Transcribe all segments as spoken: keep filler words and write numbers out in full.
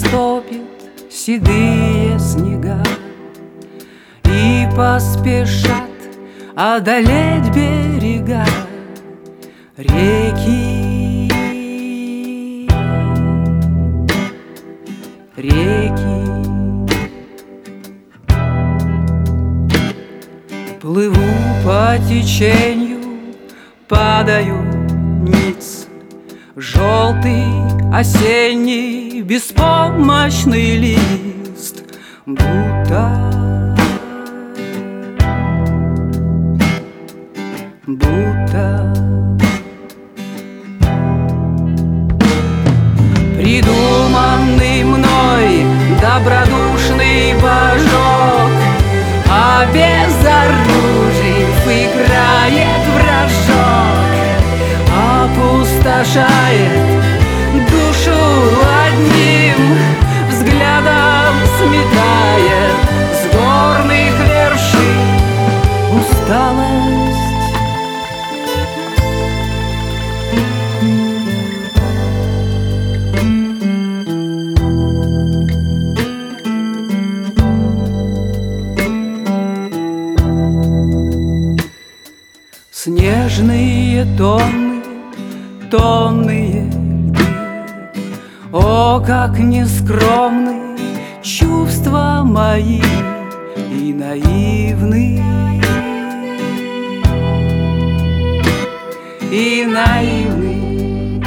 растопит седые снега и поспешат одолеть берега реки, реки. Плыву по течению, падаю ниц. Желтый осенний беспомощный лист, будто, будто придуманный мной добродушный божок обезоружив играет вражок, опустошает душу одним взглядом, сметает с горных вершин усталость. Снежные тонны, тонные льды, о, как нескромны чувства мои и наивны, и наивны.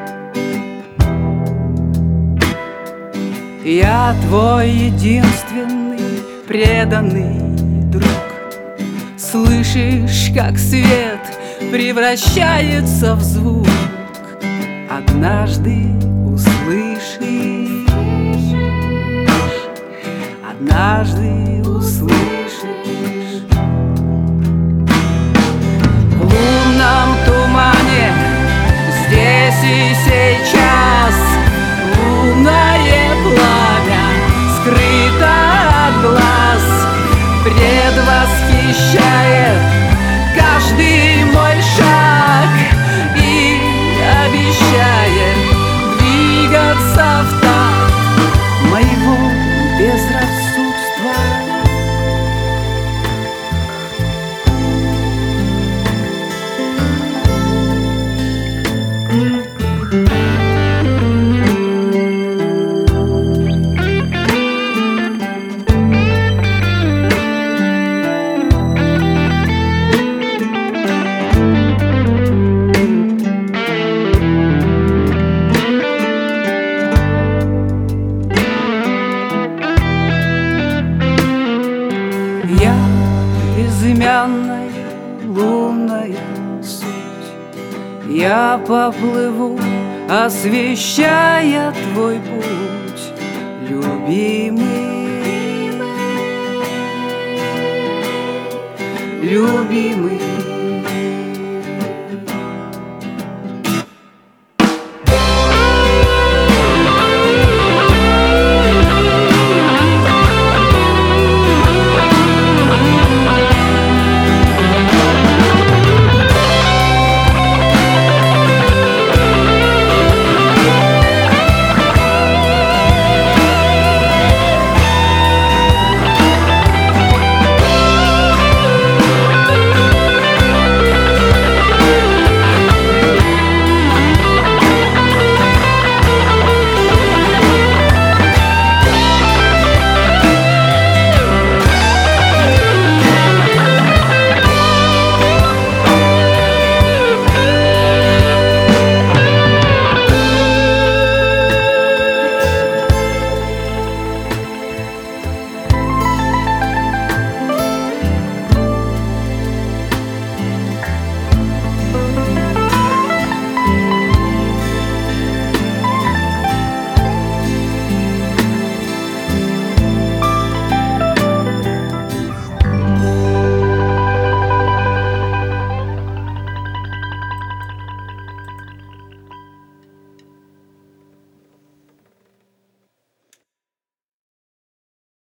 Я твой единственный преданный друг. Слышишь, как свет превращается в звук? Однажды услышишь, однажды услышишь. В лунном тумане здесь и сейчас лунное пламя скрыто от глаз, предвосхищает каждый мой шаг и обещает двигаться в такт моего безрассудства. Я безымянная лунная суть, я поплыву, освещая твой путь, любимый, любимый.